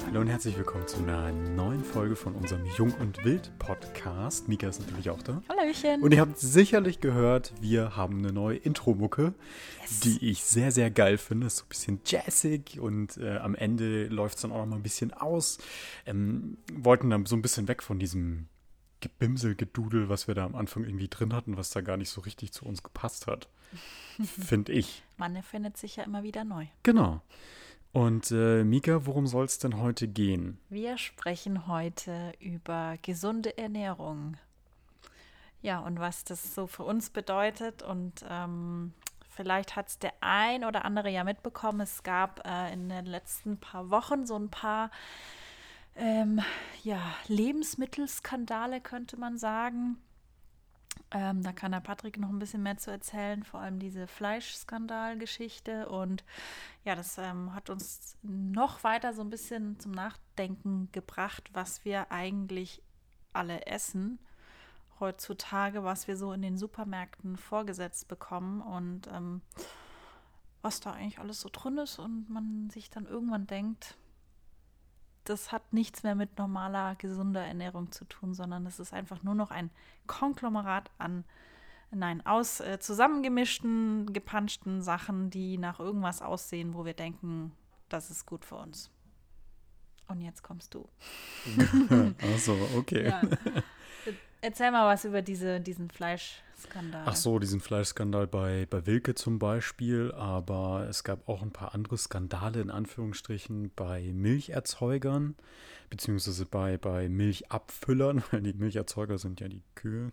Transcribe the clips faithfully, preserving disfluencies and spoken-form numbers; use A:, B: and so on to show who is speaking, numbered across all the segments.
A: Hallo und herzlich willkommen zu einer neuen Folge von unserem Jung und Wild Podcast. Mika ist natürlich auch da.
B: Hallöchen.
A: Und ihr habt sicherlich gehört, wir haben eine neue Intro-Mucke,
B: Yes.
A: die ich sehr, sehr geil finde. Ist so ein bisschen jazzig und äh, am Ende läuft es dann auch noch mal ein bisschen aus. Ähm, wollten dann so ein bisschen weg von diesem Gebimsel, Gedudel, was wir da am Anfang irgendwie drin hatten, was da gar nicht so richtig zu uns gepasst hat. Finde ich.
B: Man erfindet sich ja immer wieder neu.
A: Genau. Und äh, Mika, worum soll es denn heute gehen?
B: Wir sprechen heute über gesunde Ernährung. Ja, und was das so für uns bedeutet. Und ähm, vielleicht hat es der ein oder andere ja mitbekommen. Es gab äh, in den letzten paar Wochen so ein paar ähm, ja, Lebensmittelskandale, könnte man sagen. Ähm, da kann der Patrick noch ein bisschen mehr zu erzählen, vor allem diese Fleischskandalgeschichte. Und ja, das ähm, hat uns noch weiter so ein bisschen zum Nachdenken gebracht, was wir eigentlich alle essen heutzutage, was wir so in den Supermärkten vorgesetzt bekommen und ähm, was da eigentlich alles so drin ist. Und man sich dann irgendwann denkt, das hat nichts mehr mit normaler, gesunder Ernährung zu tun, sondern es ist einfach nur noch ein Konglomerat an, nein, aus äh, zusammengemischten, gepanschten Sachen, die nach irgendwas aussehen, wo wir denken, das ist gut für uns. Und jetzt kommst du.
A: Ach so, okay.
B: Ja. Erzähl mal was über diese, diesen Fleischskandal.
A: Ach so, diesen Fleischskandal bei, bei Wilke zum Beispiel, aber es gab auch ein paar andere Skandale in Anführungsstrichen bei Milcherzeugern, beziehungsweise bei, bei Milchabfüllern, weil die Milcherzeuger sind ja die Kühe.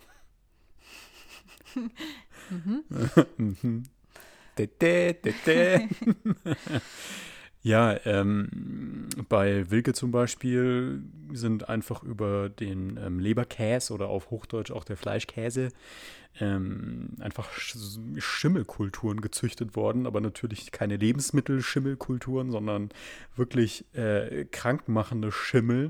B: Mhm.
A: Mhm. Dä, dä, dä. Ja, ähm, bei Wilke zum Beispiel sind einfach über den ähm, Leberkäse oder auf Hochdeutsch auch der Fleischkäse ähm, einfach Sch- Schimmelkulturen gezüchtet worden, aber natürlich keine Lebensmittelschimmelkulturen, sondern wirklich äh, krankmachende Schimmel,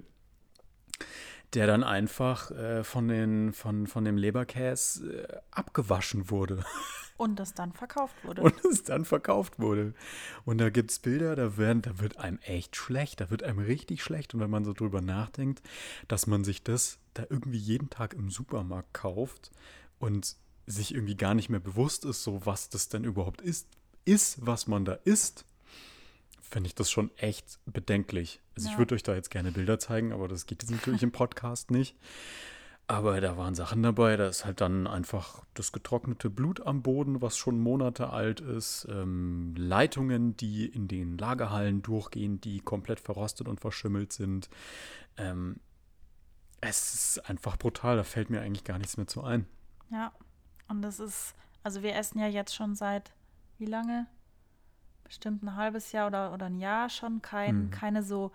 A: der dann einfach äh, von, den, von, von dem Leberkäse äh, abgewaschen wurde.
B: Und das dann verkauft wurde.
A: Und es dann verkauft wurde. Und da gibt es Bilder, da, werden, da wird einem echt schlecht, da wird einem richtig schlecht. Und wenn man so drüber nachdenkt, dass man sich das da irgendwie jeden Tag im Supermarkt kauft und sich irgendwie gar nicht mehr bewusst ist, so was das denn überhaupt ist, ist, was man da isst, finde ich das schon echt bedenklich. Also
B: Ja.
A: ich würde euch da jetzt gerne Bilder zeigen, aber das geht jetzt natürlich im Podcast nicht. Aber da waren Sachen dabei, da ist halt dann einfach das getrocknete Blut am Boden, was schon Monate alt ist, ähm, Leitungen, die in den Lagerhallen durchgehen, die komplett verrostet und verschimmelt sind. Ähm, es ist einfach brutal, da fällt mir eigentlich gar nichts mehr zu ein.
B: Ja, und das ist, also wir essen ja jetzt schon seit, wie lange? Bestimmt ein halbes Jahr oder, oder ein Jahr schon kein,
A: Hm.
B: keine so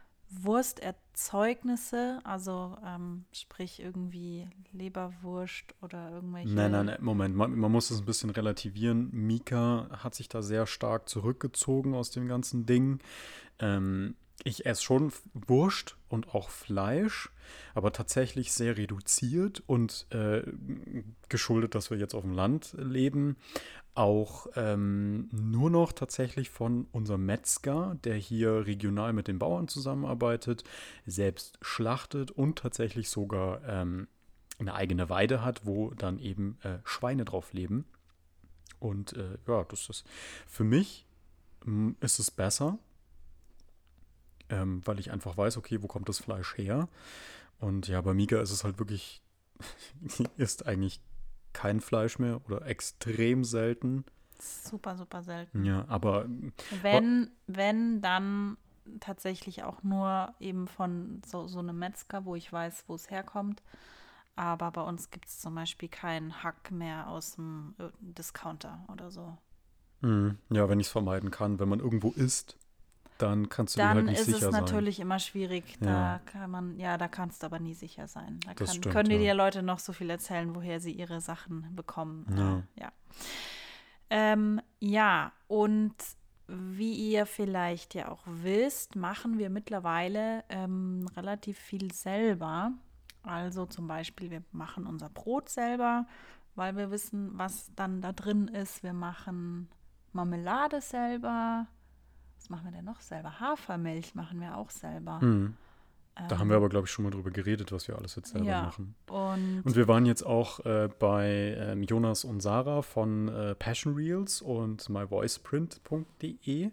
B: Wursterzeugnisse, also ähm, sprich irgendwie Leberwurst oder irgendwelche.
A: Nein, nein, nein, Moment, man, man muss es ein bisschen relativieren. Mika hat sich da sehr stark zurückgezogen aus dem ganzen Ding. Ähm, ich esse schon Wurst und auch Fleisch, aber tatsächlich sehr reduziert und äh, geschuldet, dass wir jetzt auf dem Land leben, auch ähm, nur noch tatsächlich von unserem Metzger, der hier regional mit den Bauern zusammenarbeitet, selbst schlachtet und tatsächlich sogar ähm, eine eigene Weide hat, wo dann eben äh, Schweine drauf leben. Und äh, ja, das ist für mich m, ist es besser, ähm, weil ich einfach weiß, okay, wo kommt das Fleisch her? Und ja, bei Mika ist es halt wirklich, die isst eigentlich kein Fleisch mehr oder extrem selten.
B: Super, super selten.
A: Ja, aber
B: Wenn, wenn, dann tatsächlich auch nur eben von so, so einem Metzger, wo ich weiß, wo es herkommt. Aber bei uns gibt es zum Beispiel keinen Hack mehr aus dem äh, Discounter oder so.
A: mh, ja, wenn ich es vermeiden kann, wenn man irgendwo isst, dann kannst du dir halt
B: Dann
A: nicht
B: ist
A: sicher
B: es
A: sein.
B: natürlich immer schwierig.
A: Ja.
B: Da kann man, ja, da kannst du aber nie sicher sein. Da
A: Das
B: kann,
A: stimmt,
B: können dir
A: ja.
B: die Leute noch so viel erzählen, woher sie ihre Sachen bekommen.
A: Ja.
B: Äh, ja. Ähm, ja, und wie ihr vielleicht ja auch wisst, machen wir mittlerweile ähm, relativ viel selber. Also zum Beispiel, wir machen unser Brot selber, weil wir wissen, was dann da drin ist. Wir machen Marmelade selber. was machen wir denn noch selber? Hafermilch machen wir auch selber.
A: Mhm. Da
B: Ähm,
A: haben wir aber, glaube ich, schon mal drüber geredet, was wir alles jetzt selber
B: ja,
A: machen.
B: und,
A: Und wir waren jetzt auch äh, bei ähm, Jonas und Sarah von äh, Passion Reels und myvoiceprint punkt de.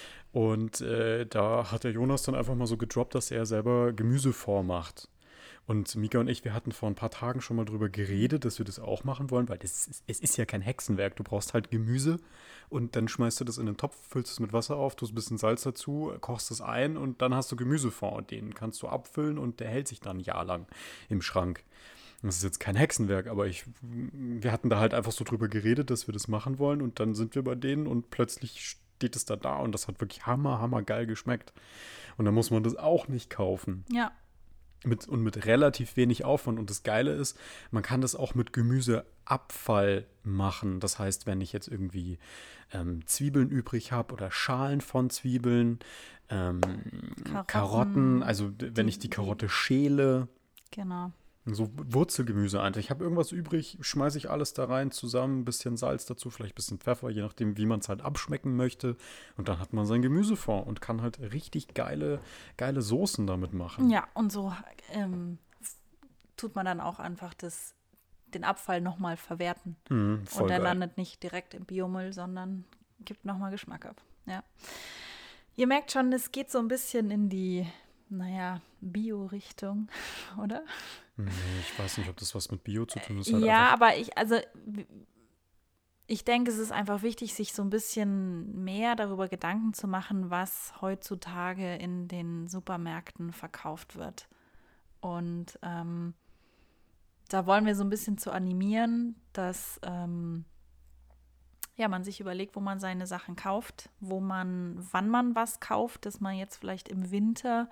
A: Und äh, da hat der Jonas dann einfach mal so gedroppt, dass er selber Gemüse vormacht. Und Mika und ich, wir hatten vor ein paar Tagen schon mal drüber geredet, dass wir das auch machen wollen, weil das ist, es ist ja kein Hexenwerk. Du brauchst halt Gemüse und dann schmeißt du das in den Topf, füllst es mit Wasser auf, tust ein bisschen Salz dazu, kochst es ein und dann hast du Gemüsefond. Und den kannst du abfüllen und der hält sich dann ein Jahr lang im Schrank. Das ist jetzt kein Hexenwerk, aber ich, wir hatten da halt einfach so drüber geredet, dass wir das machen wollen und dann sind wir bei denen und plötzlich steht es da da und das hat wirklich hammer, hammer geil geschmeckt. Und dann muss man das auch nicht kaufen.
B: ja,
A: Mit, und mit relativ wenig Aufwand. Und das Geile ist, man kann das auch mit Gemüseabfall machen. Das heißt, wenn ich jetzt irgendwie ähm, Zwiebeln übrig habe oder Schalen von Zwiebeln, ähm,
B: Karotten,
A: Karotten, also d- wenn
B: die-
A: ich die
B: die-
A: Karotte schäle,
B: genau.
A: so Wurzelgemüse einfach. Ich habe irgendwas übrig, schmeiße ich alles da rein zusammen, ein bisschen Salz dazu, vielleicht ein bisschen Pfeffer, je nachdem, wie man es halt abschmecken möchte. Und dann hat man sein Gemüsefond und kann halt richtig geile, geile Soßen damit machen.
B: Ja, und so ähm, f- tut man dann auch einfach das, den Abfall nochmal verwerten.
A: Mhm, voll
B: Und der
A: geil.
B: landet nicht direkt im Biomüll, sondern gibt nochmal Geschmack ab. Ja. Ihr merkt schon, es geht so ein bisschen in die, naja, Bio-Richtung, oder?
A: Nee, ich weiß nicht, ob das was mit Bio zu tun hat. Halt
B: Ja,
A: einfach,
B: aber ich, also w- ich denke, es ist einfach wichtig, sich so ein bisschen mehr darüber Gedanken zu machen, was heutzutage in den Supermärkten verkauft wird. Und ähm, da wollen wir so ein bisschen zu animieren, dass ähm, ja, man sich überlegt, wo man seine Sachen kauft, wo man, wann man was kauft, dass man jetzt vielleicht im Winter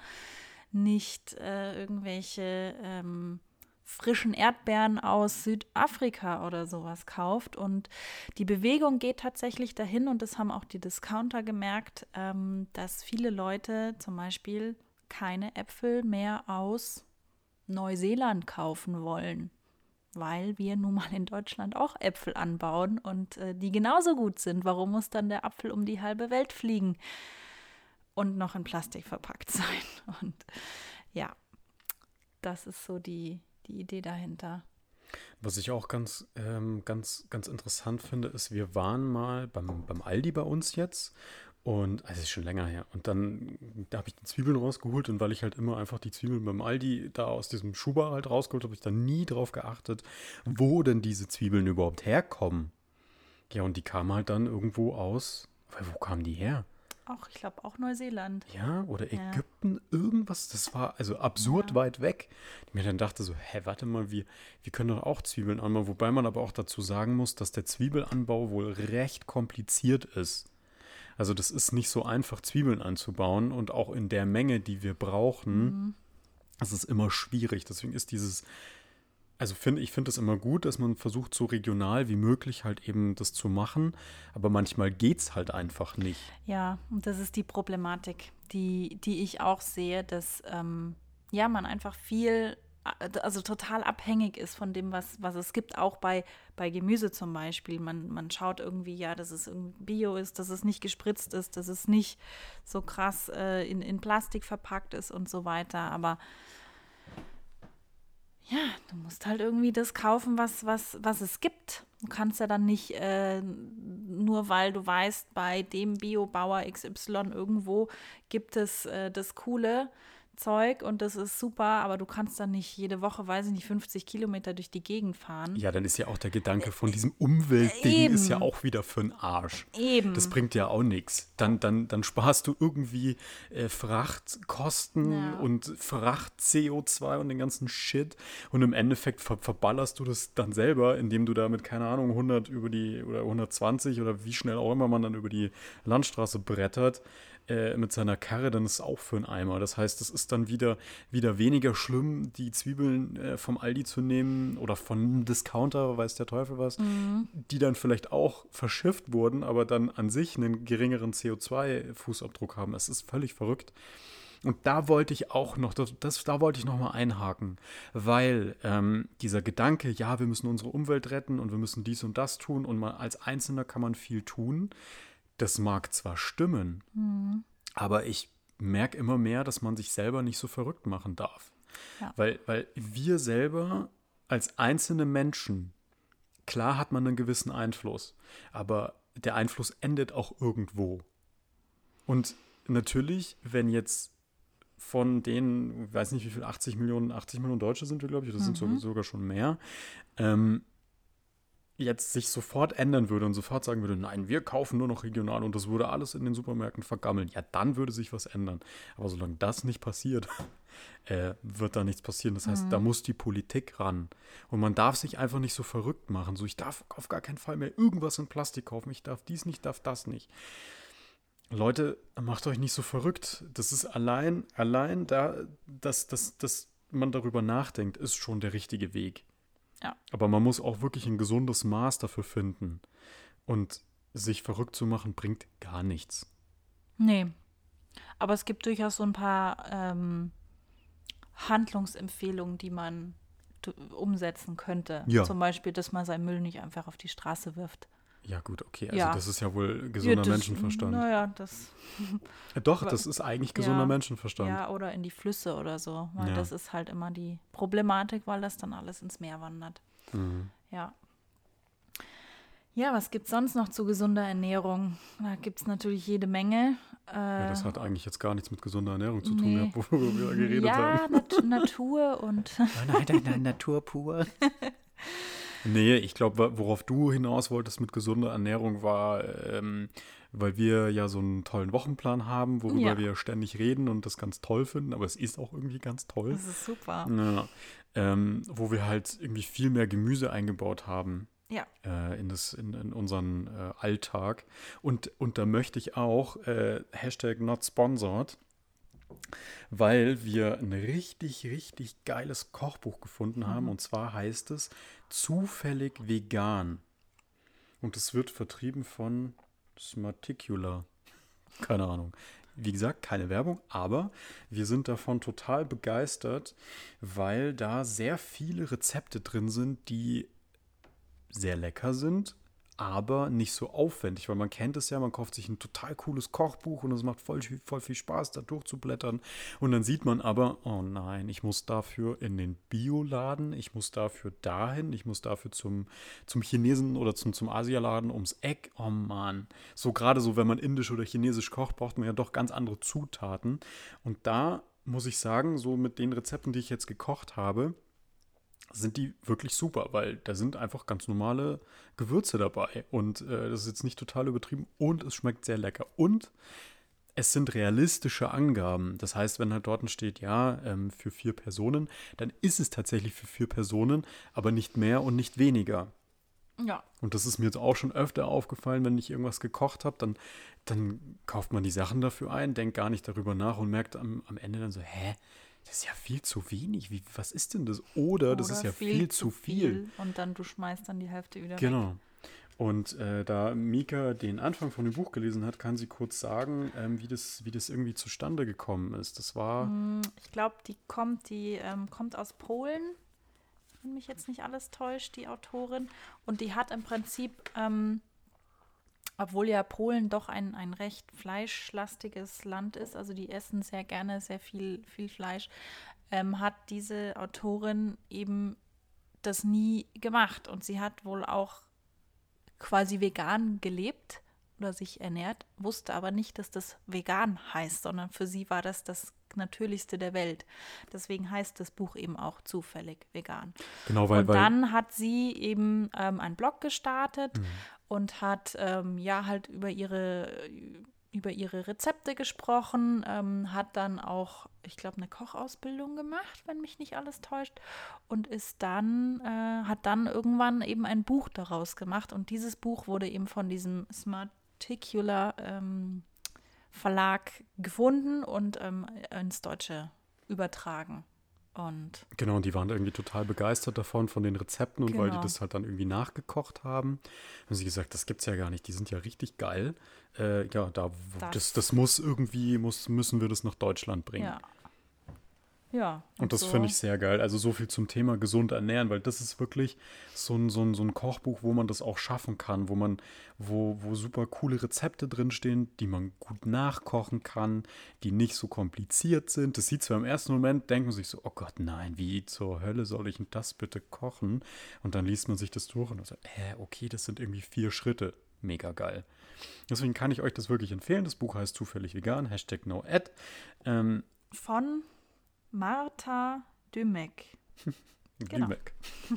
B: nicht äh, irgendwelche ähm, frischen Erdbeeren aus Südafrika oder sowas kauft. Und die Bewegung geht tatsächlich dahin, und das haben auch die Discounter gemerkt, ähm, dass viele Leute zum Beispiel keine Äpfel mehr aus Neuseeland kaufen wollen, weil wir nun mal in Deutschland auch Äpfel anbauen und äh, die genauso gut sind. Warum muss dann der Apfel um die halbe Welt fliegen und noch in Plastik verpackt sein? Und ja, das ist so die, die Idee dahinter.
A: was ich auch ganz, ähm, ganz, ganz interessant finde, ist, wir waren mal beim, beim Aldi bei uns jetzt und, also das ist schon länger her, und dann, da habe ich die Zwiebeln rausgeholt und weil ich halt immer einfach die Zwiebeln beim Aldi da aus diesem Schuber halt rausgeholt habe, habe ich da nie drauf geachtet, wo denn diese Zwiebeln überhaupt herkommen. Ja, und die kamen halt dann irgendwo aus, aber wo kamen die her?
B: Auch, ich glaube, auch Neuseeland.
A: Ja, oder
B: Ja.
A: Ägypten, irgendwas. Das war also absurd
B: Ja.
A: weit weg. Ich mir dann dachte so, hä, warte mal, wir, wir können doch auch Zwiebeln anbauen. Wobei man aber auch dazu sagen muss, dass der Zwiebelanbau wohl recht kompliziert ist. Also das ist nicht so einfach, Zwiebeln anzubauen, und auch in der Menge, die wir brauchen,
B: Mhm.
A: das ist immer schwierig. Deswegen ist dieses, also finde ich finde es immer gut, dass man versucht, so regional wie möglich halt eben das zu machen. Aber manchmal geht es halt einfach nicht.
B: Ja, und das ist die Problematik, die, die ich auch sehe, dass ähm, ja, man einfach viel, äh, also total abhängig ist von dem, was, was es gibt, auch bei, bei Gemüse zum Beispiel. Man, man schaut irgendwie, ja, dass es irgendwie Bio ist, dass es nicht gespritzt ist, dass es nicht so krass äh, in, in Plastik verpackt ist und so weiter. Aber ja, du musst halt irgendwie das kaufen, was, was, was es gibt. Du kannst ja dann nicht, äh, nur weil du weißt, bei dem Biobauer X Y irgendwo gibt es äh, das coole Zeug und das ist super, aber du kannst dann nicht jede Woche, weiß ich nicht, fünfzig Kilometer durch die Gegend fahren.
A: Ja, dann ist ja auch der Gedanke von diesem Umweltding ist ja
B: Eben.
A: auch wieder für den Arsch.
B: Eben.
A: Das bringt ja auch nichts. Dann, dann, dann sparst du irgendwie äh, Frachtkosten
B: Ja.
A: und Fracht-C O zwei und den ganzen Shit. Und im Endeffekt ver verballerst du das dann selber, indem du da mit, keine Ahnung, hundert über die oder hundertzwanzig oder wie schnell auch immer man dann über die Landstraße brettert äh, mit seiner Karre, dann ist es auch für einen Eimer. Das heißt, es ist dann wieder, wieder weniger schlimm, die Zwiebeln äh, vom Aldi zu nehmen oder von einem Discounter, weiß der Teufel was,
B: Mhm.
A: die dann vielleicht auch verschifft wurden, aber dann an sich einen geringeren C O zwei Fußabdruck haben. Es ist völlig verrückt. Und da wollte ich auch noch, das, das, da wollte ich noch mal einhaken, weil ähm, dieser Gedanke, ja, wir müssen unsere Umwelt retten und wir müssen dies und das tun und mal als Einzelner kann man viel tun, das mag zwar stimmen,
B: Mhm.
A: Aber ich merke immer mehr, dass man sich selber nicht so verrückt machen darf.
B: Ja.
A: Weil, weil wir selber als einzelne Menschen, klar hat man einen gewissen Einfluss, aber der Einfluss endet auch irgendwo. Und natürlich, wenn jetzt von den, ich weiß nicht wie viel, achtzig Millionen, achtzig Millionen Deutsche sind wir, glaube ich, das
B: Mhm.
A: sind so, sogar schon mehr, ähm, jetzt sich sofort ändern würde und sofort sagen würde, nein, wir kaufen nur noch regional und das würde alles in den Supermärkten vergammeln, ja, dann würde sich was ändern. Aber solange das nicht passiert, äh, wird da nichts passieren. Das heißt,
B: Mhm.
A: da muss die Politik ran. Und man darf sich einfach nicht so verrückt machen. So, ich darf auf gar keinen Fall mehr irgendwas in Plastik kaufen. Ich darf dies nicht, darf das nicht. Leute, macht euch nicht so verrückt. Das ist allein, allein da, dass, dass, dass man darüber nachdenkt, ist schon der richtige Weg.
B: Ja.
A: Aber man muss auch wirklich ein gesundes Maß dafür finden. Und sich verrückt zu machen, bringt gar nichts.
B: Nee. Aber es gibt durchaus so ein paar ähm, Handlungsempfehlungen, die man d- umsetzen könnte.
A: Ja.
B: Zum Beispiel, dass man seinen Müll nicht einfach auf die Straße wirft.
A: Ja gut, okay, also
B: Ja.
A: das ist ja wohl gesunder
B: Ja, das-
A: Menschenverstand.
B: Naja, das.
A: Äh, Doch,
B: aber-
A: das ist eigentlich gesunder
B: Ja.
A: Menschenverstand.
B: Ja, oder in die Flüsse oder so. Weil
A: Ja.
B: das ist halt immer die Problematik, weil das dann alles ins Meer wandert.
A: Mhm.
B: Ja. Ja, was gibt es sonst noch zu gesunder Ernährung? Da gibt es natürlich jede Menge. Äh,
A: Ja, das hat eigentlich jetzt gar nichts mit gesunder Ernährung zu tun,
B: nee.
A: gehabt, worüber wir geredet
B: ja,
A: haben.
B: Nat Natur und
A: Nein, nein, nein, Natur pur. Nee, ich glaube, worauf du hinaus wolltest mit gesunder Ernährung war, ähm, weil wir ja so einen tollen Wochenplan haben, worüber
B: Ja.
A: wir ständig reden und das ganz toll finden, aber es ist auch irgendwie ganz toll.
B: das ist super.
A: Ja, ähm, wo wir halt irgendwie viel mehr Gemüse eingebaut haben.
B: Ja.
A: Äh, in, das, in, in unseren äh, Alltag. Und, und da möchte ich auch äh, Hashtag not sponsored, weil wir ein richtig, richtig geiles Kochbuch gefunden haben.
B: Mhm.
A: Und zwar heißt es Zufällig Vegan. Und es wird vertrieben von Smarticula. Keine Ahnung. Wie gesagt, keine Werbung, aber wir sind davon total begeistert, weil da sehr viele Rezepte drin sind, die sehr lecker sind, aber nicht so aufwendig, weil man kennt es ja, man kauft sich ein total cooles Kochbuch und es macht voll, voll viel Spaß, da durchzublättern. Und dann sieht man aber, oh nein, ich muss dafür in den Bioladen, ich muss dafür dahin, ich muss dafür zum, zum Chinesen oder zum, zum Asialaden ums Eck. Oh Mann. So gerade so, wenn man indisch oder chinesisch kocht, braucht man ja doch ganz andere Zutaten. Und da muss ich sagen, so mit den Rezepten, die ich jetzt gekocht habe, sind die wirklich super, weil da sind einfach ganz normale Gewürze dabei und äh, das ist jetzt nicht total übertrieben und es schmeckt sehr lecker und es sind realistische Angaben. Das heißt, wenn halt dort steht, ja, ähm, für vier Personen, dann ist es tatsächlich für vier Personen, aber nicht mehr und nicht weniger.
B: Ja.
A: Und das ist mir jetzt auch schon öfter aufgefallen, wenn ich irgendwas gekocht habe, dann, dann kauft man die Sachen dafür ein, denkt gar nicht darüber nach und merkt am, am Ende dann so, hä? Das ist ja viel zu wenig. Wie, was ist denn das? Oder, das
B: Oder
A: ist ja viel, zu viel.
B: Und dann du schmeißt dann die Hälfte wieder weg.
A: Genau. Und äh, da Mika den Anfang von dem Buch gelesen hat, kann sie kurz sagen, ähm, wie, das, wie das irgendwie zustande gekommen ist. Das war.
B: Mm, Ich glaube, die kommt, die ähm, kommt aus Polen, wenn mich jetzt nicht alles täuscht, die Autorin. Und die hat im Prinzip, ähm, obwohl ja Polen doch ein, ein recht fleischlastiges Land ist, also die essen sehr gerne sehr viel, viel Fleisch, ähm, hat diese Autorin eben das nie gemacht. Und sie hat wohl auch quasi vegan gelebt oder sich ernährt, wusste aber nicht, dass das vegan heißt, sondern für sie war das das Natürlichste der Welt. Deswegen heißt das Buch eben auch zufällig vegan.
A: Genau, weil.
B: Und
A: weil
B: dann hat sie eben ähm, einen Blog gestartet
A: Mhm.
B: und hat ähm, ja halt über ihre über ihre Rezepte gesprochen, ähm, hat dann auch, ich glaube, eine Kochausbildung gemacht, wenn mich nicht alles täuscht, und ist dann, äh, hat dann irgendwann eben ein Buch daraus gemacht. Und dieses Buch wurde eben von diesem Smarticula ähm, Verlag gefunden und ähm, ins Deutsche übertragen. Und
A: Genau, und die waren irgendwie total begeistert davon, von den Rezepten. Und weil die
B: Genau.
A: das halt dann irgendwie nachgekocht haben, haben sie gesagt, das gibt's ja gar nicht, die sind ja richtig geil. Äh, ja, da,
B: Das-
A: das, das muss irgendwie, muss, müssen wir das nach Deutschland bringen.
B: ja, Ja.
A: Und das
B: so.
A: finde ich sehr geil. Also so viel zum Thema gesund ernähren, weil das ist wirklich so ein, so ein, so ein Kochbuch, wo man das auch schaffen kann, wo man, wo, wo super coole Rezepte drinstehen, die man gut nachkochen kann, die nicht so kompliziert sind. Das sieht zwar im ersten Moment, denkt man sich so, oh Gott, nein, wie zur Hölle soll ich denn das bitte kochen? Und dann liest man sich das durch und dann so, hä, okay, das sind irgendwie vier Schritte. Mega geil. Deswegen kann ich euch das wirklich empfehlen. Das Buch heißt Zufällig Vegan, Hashtag NoAd. Ähm,
B: Von Martha Dümeck. Genau.
A: Lübeck.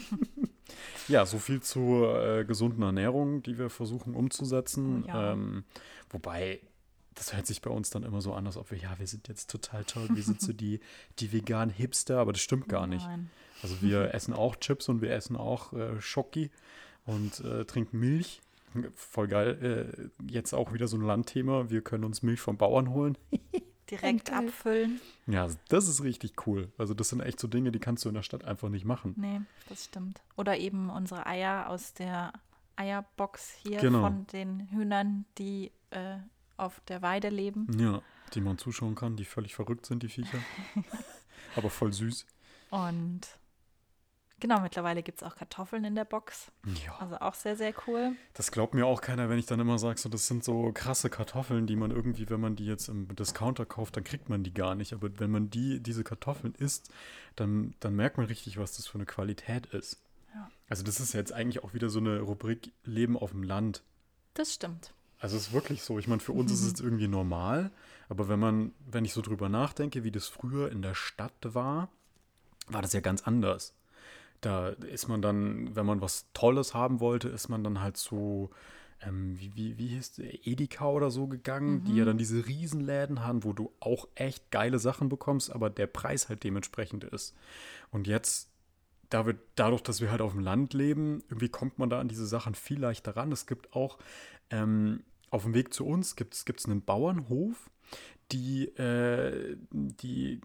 A: Ja, so viel zur äh, gesunden Ernährung, die wir versuchen umzusetzen.
B: Oh ja.
A: Ähm, wobei, das hört sich bei uns dann immer so an, als ob wir, ja, wir sind jetzt total toll, wir sind so die, die veganen Hipster, aber das stimmt gar nicht.
B: Nein.
A: Also wir essen auch Chips und wir essen auch äh, Schoki und äh, trinken Milch. Voll geil. Äh, jetzt auch wieder so ein Landthema. Wir können uns Milch vom Bauern holen.
B: Direkt
A: Geil.
B: abfüllen.
A: Ja, das ist richtig cool. Also das sind echt so Dinge, die kannst du in der Stadt einfach nicht machen.
B: Nee, das stimmt. Oder eben unsere Eier aus der Eierbox hier
A: Genau.
B: von den Hühnern, die äh, auf der Weide leben.
A: Ja, die man zuschauen kann, die völlig verrückt sind, die Viecher. Aber voll süß.
B: Und genau, mittlerweile gibt es auch Kartoffeln in der Box.
A: Ja.
B: Also auch sehr, sehr cool.
A: Das glaubt mir auch keiner, wenn ich dann immer sage, so, das sind so krasse Kartoffeln, die man irgendwie, wenn man die jetzt im Discounter kauft, dann kriegt man die gar nicht. Aber wenn man die, diese Kartoffeln isst, dann, dann merkt man richtig, was das für eine Qualität ist.
B: Ja.
A: Also das ist jetzt eigentlich auch wieder so eine Rubrik Leben auf dem Land.
B: Das stimmt.
A: Also es ist wirklich so. Ich meine, für uns ist es irgendwie normal, aber wenn man, wenn ich so drüber nachdenke, wie das früher in der Stadt war, war das ja ganz anders. Da ist man dann, wenn man was Tolles haben wollte, ist man dann halt so, ähm, wie, wie, wie hieß der, Edeka oder so gegangen, die ja dann diese Riesenläden haben, wo du auch echt geile Sachen bekommst, aber der Preis halt dementsprechend ist. Und jetzt, da wir, dadurch, dass wir halt auf dem Land leben, irgendwie kommt man da an diese Sachen viel leichter ran. Es gibt auch ähm, auf dem Weg zu uns gibt es einen Bauernhof, die, äh, die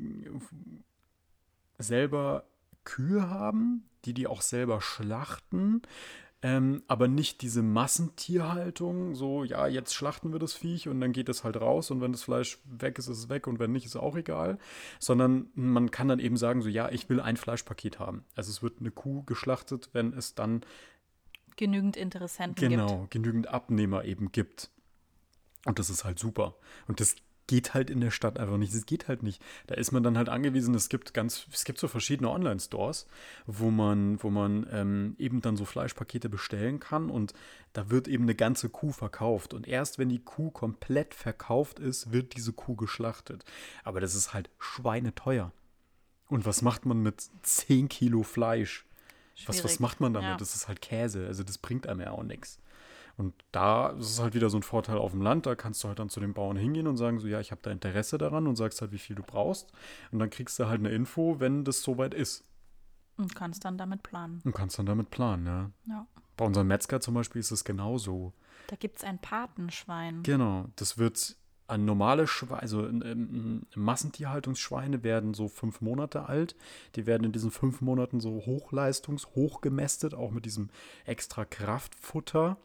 A: selber Kühe haben, die die auch selber schlachten, ähm, aber nicht diese Massentierhaltung, so, ja, jetzt schlachten wir das Viech und dann geht es halt raus und wenn das Fleisch weg ist, ist es weg und wenn nicht, ist es auch egal, sondern man kann dann eben sagen, so, ja, ich will ein Fleischpaket haben. Also es wird eine Kuh geschlachtet, wenn es dann
B: Genügend Interessenten
A: genau,
B: gibt.
A: genügend Abnehmer eben gibt. Und das ist halt super. Und das geht halt in der Stadt einfach nicht. Das geht halt nicht. Da ist man dann halt angewiesen, es gibt ganz, es gibt so verschiedene Online-Stores, wo man, wo man ähm, eben dann so Fleischpakete bestellen kann und da wird eben eine ganze Kuh verkauft. Und erst wenn die Kuh komplett verkauft ist, wird diese Kuh geschlachtet. Aber das ist halt schweineteuer. Und was macht man mit zehn Kilo Fleisch? Was, was macht man damit?
B: Ja.
A: Das ist halt Käse. Also das bringt einem ja auch nichts. Und da ist es halt wieder so ein Vorteil auf dem Land. Da kannst du halt dann zu den Bauern hingehen und sagen so, ja, ich habe da Interesse daran und sagst halt, wie viel du brauchst. Und dann kriegst du halt eine Info, wenn das soweit ist.
B: Und kannst dann damit planen.
A: Und kannst dann damit planen, ja.
B: Ja.
A: Bei unserem Metzger zum Beispiel ist es genauso.
B: Da gibt es ein Patenschwein.
A: Genau, das wird an normale Schweine, also ähm, Massentierhaltungsschweine werden so fünf Monate alt. Die werden in diesen fünf Monaten so hochleistungs-, hochgemästet, auch mit diesem extra Kraftfutter.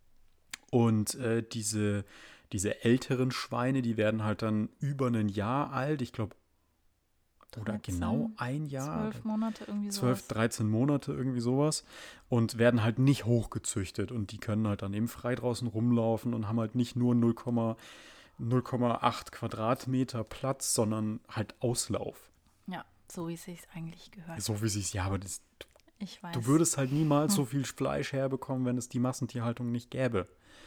A: Und äh, diese, diese älteren Schweine, die werden halt dann über ein Jahr alt. Ich glaube, oder
B: dreizehn,
A: genau ein Jahr.
B: Zwölf Monate irgendwie so.
A: zwölf, dreizehn Monate, irgendwie sowas. Und werden halt nicht hochgezüchtet. Und die können halt dann eben frei draußen rumlaufen und haben halt nicht nur null Komma acht Quadratmeter Platz, sondern halt Auslauf.
B: Ja, so wie es sich eigentlich gehört.
A: So wie es sich, ja, aber das,
B: Ich weiß.
A: du würdest halt niemals so viel Fleisch herbekommen, wenn es die Massentierhaltung nicht gäbe.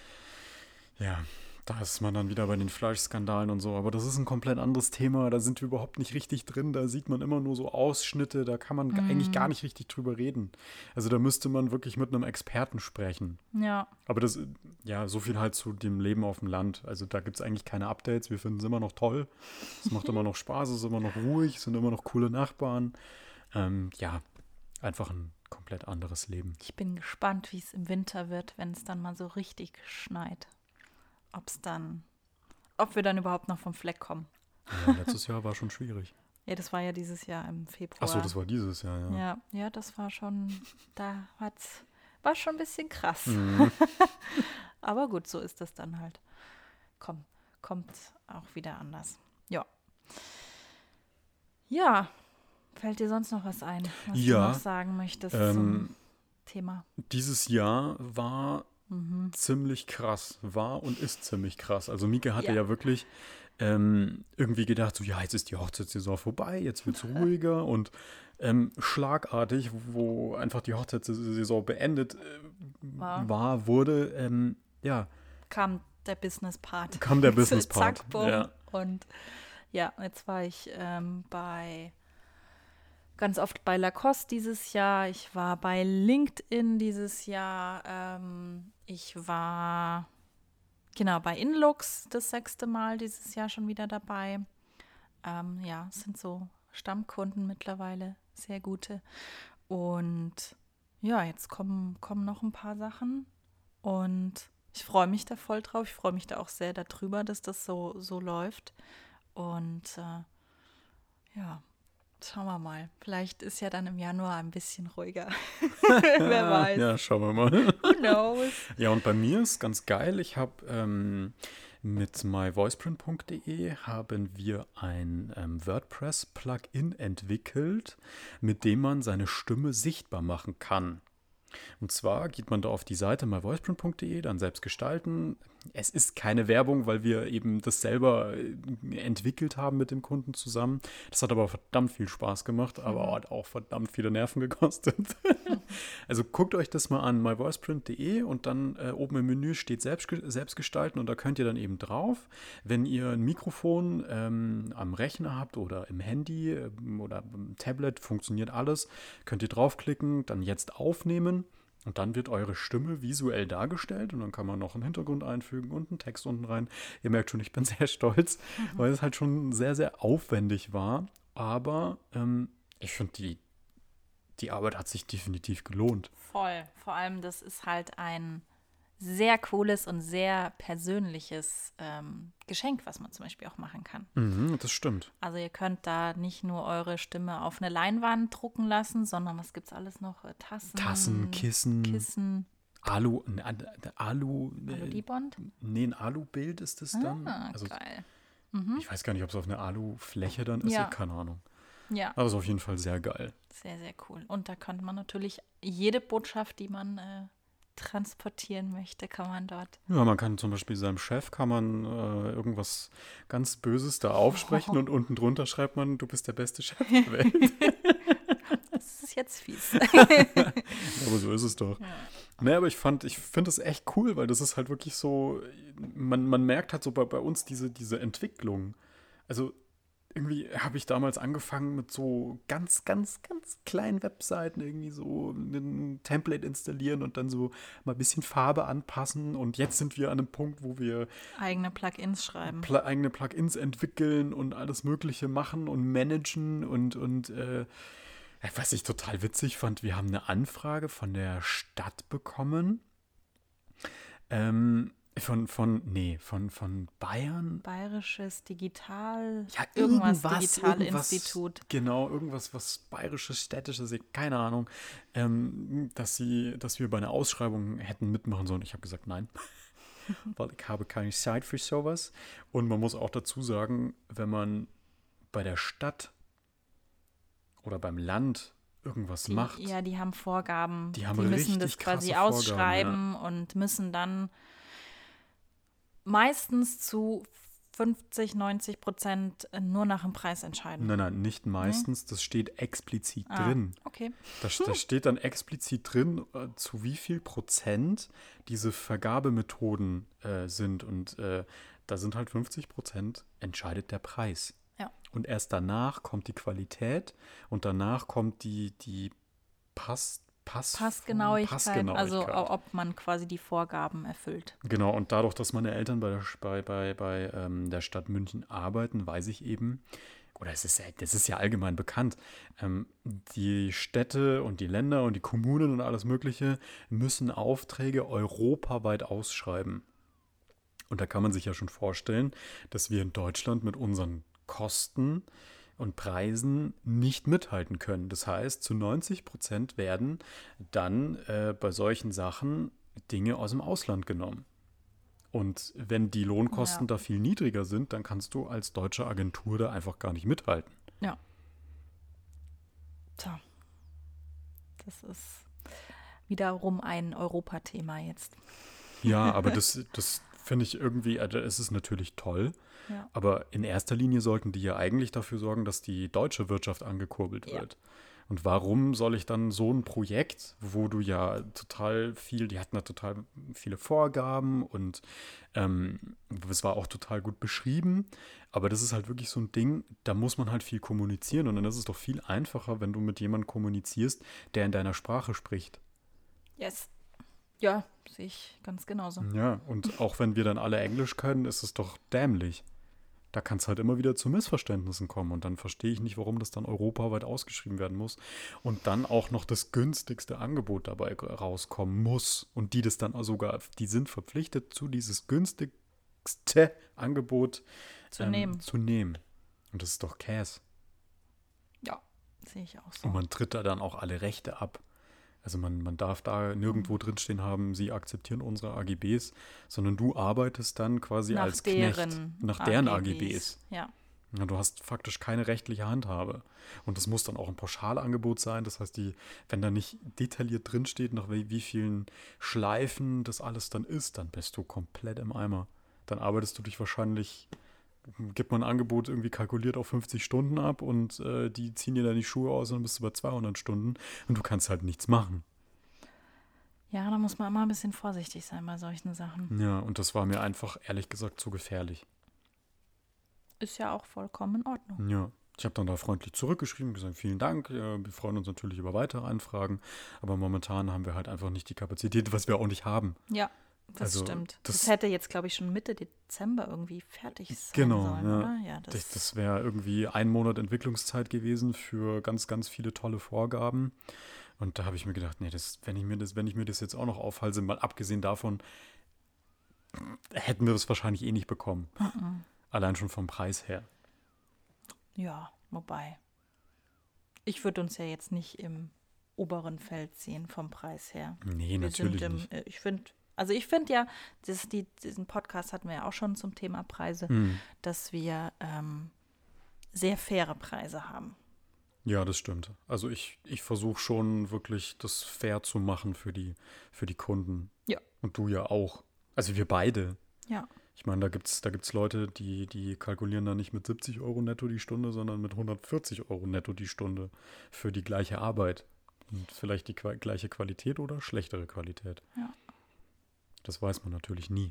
A: Ja, da ist man dann wieder bei den Fleischskandalen und so. Aber das ist ein komplett anderes Thema. Da sind wir überhaupt nicht richtig drin. Da sieht man immer nur so Ausschnitte. Da kann man
B: Mm.
A: eigentlich gar nicht richtig drüber reden. Also da müsste man wirklich mit einem Experten sprechen.
B: Ja,
A: Aber das, ja, so viel halt zu dem Leben auf dem Land. Also da gibt es eigentlich keine Updates. Wir finden es immer noch toll. Es macht immer noch Spaß. Es ist immer noch ruhig. Es sind immer noch coole Nachbarn. Ähm, ja, einfach ein komplett anderes Leben.
B: ich bin gespannt, wie es im Winter wird, wenn es dann mal so richtig schneit. Ob es dann, ob wir dann überhaupt noch vom Fleck kommen.
A: Ja, letztes Jahr war schon schwierig.
B: Ja, das war ja dieses Jahr im Februar.
A: Ach so, das war dieses Jahr, ja.
B: Ja, ja, das war schon, da hat's, war schon ein bisschen krass.
A: Mhm.
B: Aber gut, so ist das dann halt. Komm, kommt auch wieder anders. Ja. Ja, Fällt dir sonst noch was ein, was
A: Ja,
B: du noch sagen möchtest
A: ähm,
B: zum Thema?
A: Dieses Jahr war
B: Mhm.
A: ziemlich krass, war und ist ziemlich krass. Also Mieke hatte
B: Ja.
A: ja, wirklich ähm, irgendwie gedacht, so ja, jetzt ist die Hochzeitssaison vorbei, jetzt wird es ruhiger und ähm, schlagartig, wo einfach die Hochzeitssaison beendet äh,
B: War.
A: war, wurde, ähm, ja,
B: Kam der Business-Part.
A: kam der Business-Part.
B: Zack, bumm.
A: Ja.
B: Und ja, jetzt war ich ähm, bei ganz oft bei Lacoste dieses Jahr. Ich war bei LinkedIn dieses Jahr. Ähm, ich war genau bei Inlux das sechste Mal dieses Jahr schon wieder dabei. Ähm, ja, es sind so Stammkunden mittlerweile, sehr gute. Und ja, jetzt kommen, kommen noch ein paar Sachen. Und ich freue mich da voll drauf. Ich freue mich da auch sehr darüber, dass das so, so läuft. Und äh, ja, schauen wir mal. Vielleicht ist ja dann im Januar ein bisschen ruhiger. Wer weiß.
A: Ja, schauen wir mal.
B: Who knows?
A: Ja, und bei mir ist ganz geil, ich habe ähm, mit myvoiceprint punkt de haben wir ein ähm, WordPress-Plugin entwickelt, mit dem man seine Stimme sichtbar machen kann. Und zwar geht man da auf die Seite myvoiceprint punkt de, dann selbst gestalten. Es ist keine Werbung, weil wir eben das selber äh, entwickelt haben mit dem Kunden zusammen. Das hat aber verdammt viel Spaß gemacht, aber
B: Mhm.
A: hat auch verdammt viele Nerven gekostet. Also guckt euch das mal an, myvoiceprint punkt de und dann äh, oben im Menü steht selbst, selbst gestalten und da könnt ihr dann eben drauf, wenn ihr ein Mikrofon ähm, am Rechner habt oder im Handy ähm, oder im Tablet, funktioniert alles, könnt ihr draufklicken, dann jetzt aufnehmen. Und dann wird eure Stimme visuell dargestellt und dann kann man noch einen Hintergrund einfügen und einen Text unten rein. Ihr merkt schon, ich bin sehr stolz, mhm. weil es halt schon sehr, sehr aufwendig war. Aber ähm, ich finde, die, die Arbeit hat sich definitiv gelohnt.
B: Voll. Vor allem, das ist halt ein sehr cooles und sehr persönliches ähm, Geschenk, was man zum Beispiel auch machen kann.
A: Mhm, das stimmt.
B: Also ihr könnt da nicht nur eure Stimme auf eine Leinwand drucken lassen, sondern was gibt es alles noch? Tassen,
A: Tassen, Kissen,
B: Kissen.
A: Alu, ein Alu,
B: Alu-Dibond?
A: Nee, ein Alu-Bild ist es dann.
B: Ah,
A: also,
B: geil. Mhm.
A: Ich weiß gar nicht, ob es auf einer Alu-Fläche dann ist,
B: Ja.
A: keine Ahnung.
B: Ja.
A: Aber es ist auf jeden Fall sehr geil.
B: Sehr, sehr cool. Und da könnte man natürlich jede Botschaft, die man äh, transportieren möchte, kann man dort.
A: Ja, man kann zum Beispiel seinem Chef kann man äh, irgendwas ganz Böses da aufsprechen
B: Oh.
A: und unten drunter schreibt man, du bist der beste Chef der Welt.
B: Das ist jetzt fies.
A: Aber so ist es doch.
B: Ja.
A: Nee, aber ich fand, ich finde das echt cool, weil das ist halt wirklich so, man, man merkt halt so bei, bei uns diese, diese Entwicklung. Also irgendwie habe ich damals angefangen mit so ganz, ganz, ganz kleinen Webseiten, irgendwie so ein Template installieren und dann so mal ein bisschen Farbe anpassen. Und jetzt sind wir an einem Punkt, wo wir
B: Eigene Plugins schreiben.
A: Pl- eigene Plugins entwickeln und alles Mögliche machen und managen. Und, und äh, was ich total witzig fand, wir haben eine Anfrage von der Stadt bekommen. Ähm, Von, von, nee, von, von Bayern.
B: Bayerisches Digital,
A: Ja,
B: irgendwas,
A: irgendwas,
B: Digitalinstitut.
A: irgendwas, genau, irgendwas, was bayerisches, städtisches, ich- keine Ahnung, ähm, dass sie, dass wir bei einer Ausschreibung hätten mitmachen sollen. Ich habe gesagt, nein, weil ich habe keine Zeit für sowas. Und man muss auch dazu sagen, wenn man bei der Stadt oder beim Land irgendwas
B: Die,
A: macht,
B: ja, die haben Vorgaben.
A: Die haben
B: die müssen
A: richtig
B: das quasi
A: krasse Vorgaben,
B: ausschreiben und müssen dann meistens zu fünfzig, neunzig Prozent nur nach dem Preis entscheiden.
A: nein, nein, nicht meistens, das steht explizit
B: Ah,
A: drin.
B: okay.
A: Da, da steht dann explizit drin, äh, zu wie viel Prozent diese Vergabemethoden äh, sind. Und äh, da sind halt fünfzig Prozent entscheidet der Preis.
B: Ja.
A: Und erst danach kommt die Qualität und danach kommt die, die Pass, Pass,
B: Passgenauigkeit,
A: Passgenauigkeit.
B: also o- ob man quasi die Vorgaben erfüllt.
A: Genau, und dadurch, dass meine Eltern bei der, bei, bei, bei ähm, der Stadt München arbeiten, weiß ich eben, oder es ist ja, das ist ja allgemein bekannt, ähm, die Städte und die Länder und die Kommunen und alles Mögliche müssen Aufträge europaweit ausschreiben. Und da kann man sich ja schon vorstellen, dass wir in Deutschland mit unseren Kosten und Preisen nicht mithalten können. Das heißt, zu neunzig Prozent werden dann äh, bei solchen Sachen Dinge aus dem Ausland genommen. Und wenn die Lohnkosten
B: Ja.
A: da viel niedriger sind, dann kannst du als deutsche Agentur da einfach gar nicht mithalten.
B: Ja. So. Das ist wiederum ein Europathema jetzt.
A: Ja, aber das, das finde ich irgendwie, also es ist natürlich toll,
B: Ja.
A: aber in erster Linie sollten die ja eigentlich dafür sorgen, dass die deutsche Wirtschaft angekurbelt
B: Ja.
A: wird. Und warum soll ich dann so ein Projekt, wo du ja total viel, die hatten da total viele Vorgaben und ähm, es war auch total gut beschrieben, aber das ist halt wirklich so ein Ding, da muss man halt viel kommunizieren und dann ist es doch viel einfacher, wenn du mit jemandem kommunizierst, der in deiner Sprache spricht.
B: Yes. Ja, sehe ich ganz genauso.
A: Ja, und auch wenn wir dann alle Englisch können, ist es doch dämlich. Da kann es halt immer wieder zu Missverständnissen kommen und dann verstehe ich nicht, warum das dann europaweit ausgeschrieben werden muss und dann auch noch das günstigste Angebot dabei rauskommen muss und die das dann sogar, die sind verpflichtet, zu dieses günstigste Angebot
B: Zu
A: ähm,
B: nehmen.
A: zu nehmen. Und das ist doch Käse.
B: Ja, sehe ich auch so.
A: Und man tritt da dann auch alle Rechte ab. Also man, man darf da nirgendwo drinstehen haben, sie akzeptieren unsere A G Bs, sondern du arbeitest dann quasi
B: Nach
A: als
B: deren
A: Knecht nach deren A G Bs.
B: Ja.
A: Ja, du hast faktisch keine rechtliche Handhabe. Und das muss dann auch ein Pauschalangebot sein. Das heißt, die, wenn da nicht detailliert drinsteht, nach wie, wie vielen Schleifen das alles dann ist, dann bist du komplett im Eimer. Dann arbeitest du dich wahrscheinlich, gibt man ein Angebot irgendwie kalkuliert auf fünfzig Stunden ab und äh, die ziehen dir dann die Schuhe aus und dann bist du bei zweihundert Stunden und du kannst halt nichts machen.
B: Ja, da muss man immer ein bisschen vorsichtig sein bei solchen Sachen.
A: Ja, und das war mir einfach, ehrlich gesagt, zu gefährlich.
B: Ist ja auch vollkommen in Ordnung.
A: Ja, ich habe dann da freundlich zurückgeschrieben, gesagt, vielen Dank, ja, wir freuen uns natürlich über weitere Anfragen, aber momentan haben wir halt einfach nicht die Kapazität, was wir auch nicht haben.
B: Ja, das
A: Also,
B: stimmt. Das,
A: das-
B: hätte jetzt, glaube ich, schon Mitte Dezember irgendwie fertig sein
A: Genau,
B: sollen,
A: ja.
B: oder? Ja, das,
A: Das, das wäre irgendwie ein Monat Entwicklungszeit gewesen für ganz, ganz viele tolle Vorgaben. Und da habe ich mir gedacht, nee, das, wenn ich mir das, wenn ich mir das jetzt auch noch aufhalse, mal abgesehen davon, hätten wir das wahrscheinlich eh nicht bekommen.
B: Mhm.
A: Allein schon vom Preis her.
B: Ja, wobei. Ich würde uns ja jetzt nicht im oberen Feld sehen vom Preis her.
A: Nee,
B: Wir
A: natürlich
B: sind im,
A: nicht.
B: äh, ich finde, also ich finde ja, das, die, diesen Podcast hatten wir ja auch schon zum Thema Preise,
A: Hm.
B: dass wir ähm, sehr faire Preise haben.
A: Ja, das stimmt. Also ich, ich versuche schon wirklich das fair zu machen für die, für die Kunden.
B: Ja.
A: Und du ja auch. Also wir beide.
B: Ja.
A: Ich meine, da gibt es da gibt's Leute, die, die kalkulieren da nicht mit siebzig Euro netto die Stunde, sondern mit hundertvierzig Euro netto die Stunde für die gleiche Arbeit. Und vielleicht die qua- gleiche Qualität oder schlechtere Qualität.
B: Ja.
A: Das weiß man natürlich nie.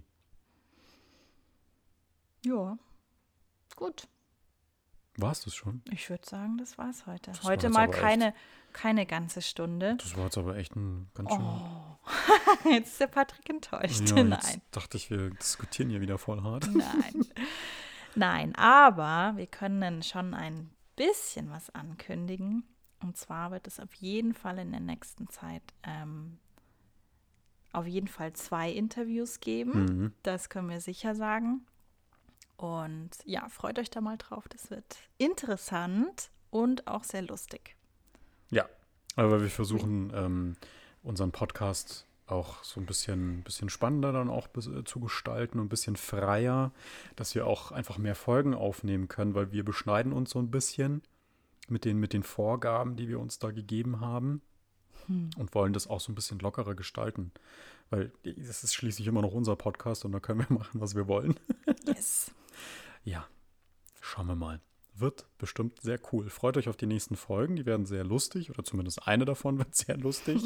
B: Ja. Gut.
A: War es das schon?
B: Ich würde sagen, das war's heute.
A: Das war
B: heute
A: jetzt
B: mal
A: aber
B: keine, keine ganze Stunde.
A: Das war jetzt aber echt ein ganz schön...
B: Oh. Jetzt ist der Patrick enttäuscht.
A: Ja,
B: Nein.
A: jetzt dachte ich, wir diskutieren hier wieder voll hart.
B: Nein. Nein, aber wir können schon ein bisschen was ankündigen. Und zwar wird es auf jeden Fall in der nächsten Zeit ähm, auf jeden Fall zwei Interviews geben.
A: Mhm.
B: Das können wir sicher sagen. Und ja, freut euch da mal drauf. Das wird interessant und auch sehr lustig.
A: Ja, aber wir versuchen ähm, unseren Podcast auch so ein bisschen, bisschen spannender dann auch bis, äh, zu gestalten und ein bisschen freier, dass wir auch einfach mehr Folgen aufnehmen können, weil wir beschneiden uns so ein bisschen mit den, mit den Vorgaben, die wir uns da gegeben haben
B: Hm.
A: und wollen das auch so ein bisschen lockerer gestalten, weil das ist schließlich immer noch unser Podcast und da können wir machen, was wir wollen.
B: Yes.
A: Ja, schauen wir mal. Wird bestimmt sehr cool. Freut euch auf die nächsten Folgen. Die werden sehr lustig oder zumindest eine davon wird sehr lustig.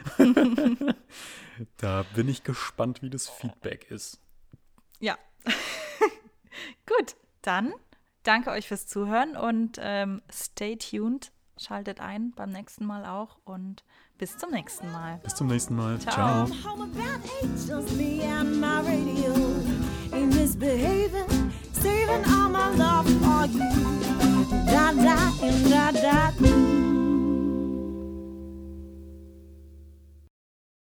A: Da bin ich gespannt, wie das Feedback ist.
B: Ja. Gut, dann danke euch fürs Zuhören und ähm, stay tuned. Schaltet ein beim nächsten Mal auch und bis zum nächsten Mal.
A: Bis zum nächsten Mal.
B: Ciao.
A: Ciao.
C: Home about eight, just me and my radio. Ain't misbehaving, saving all my love for you. Da da da da.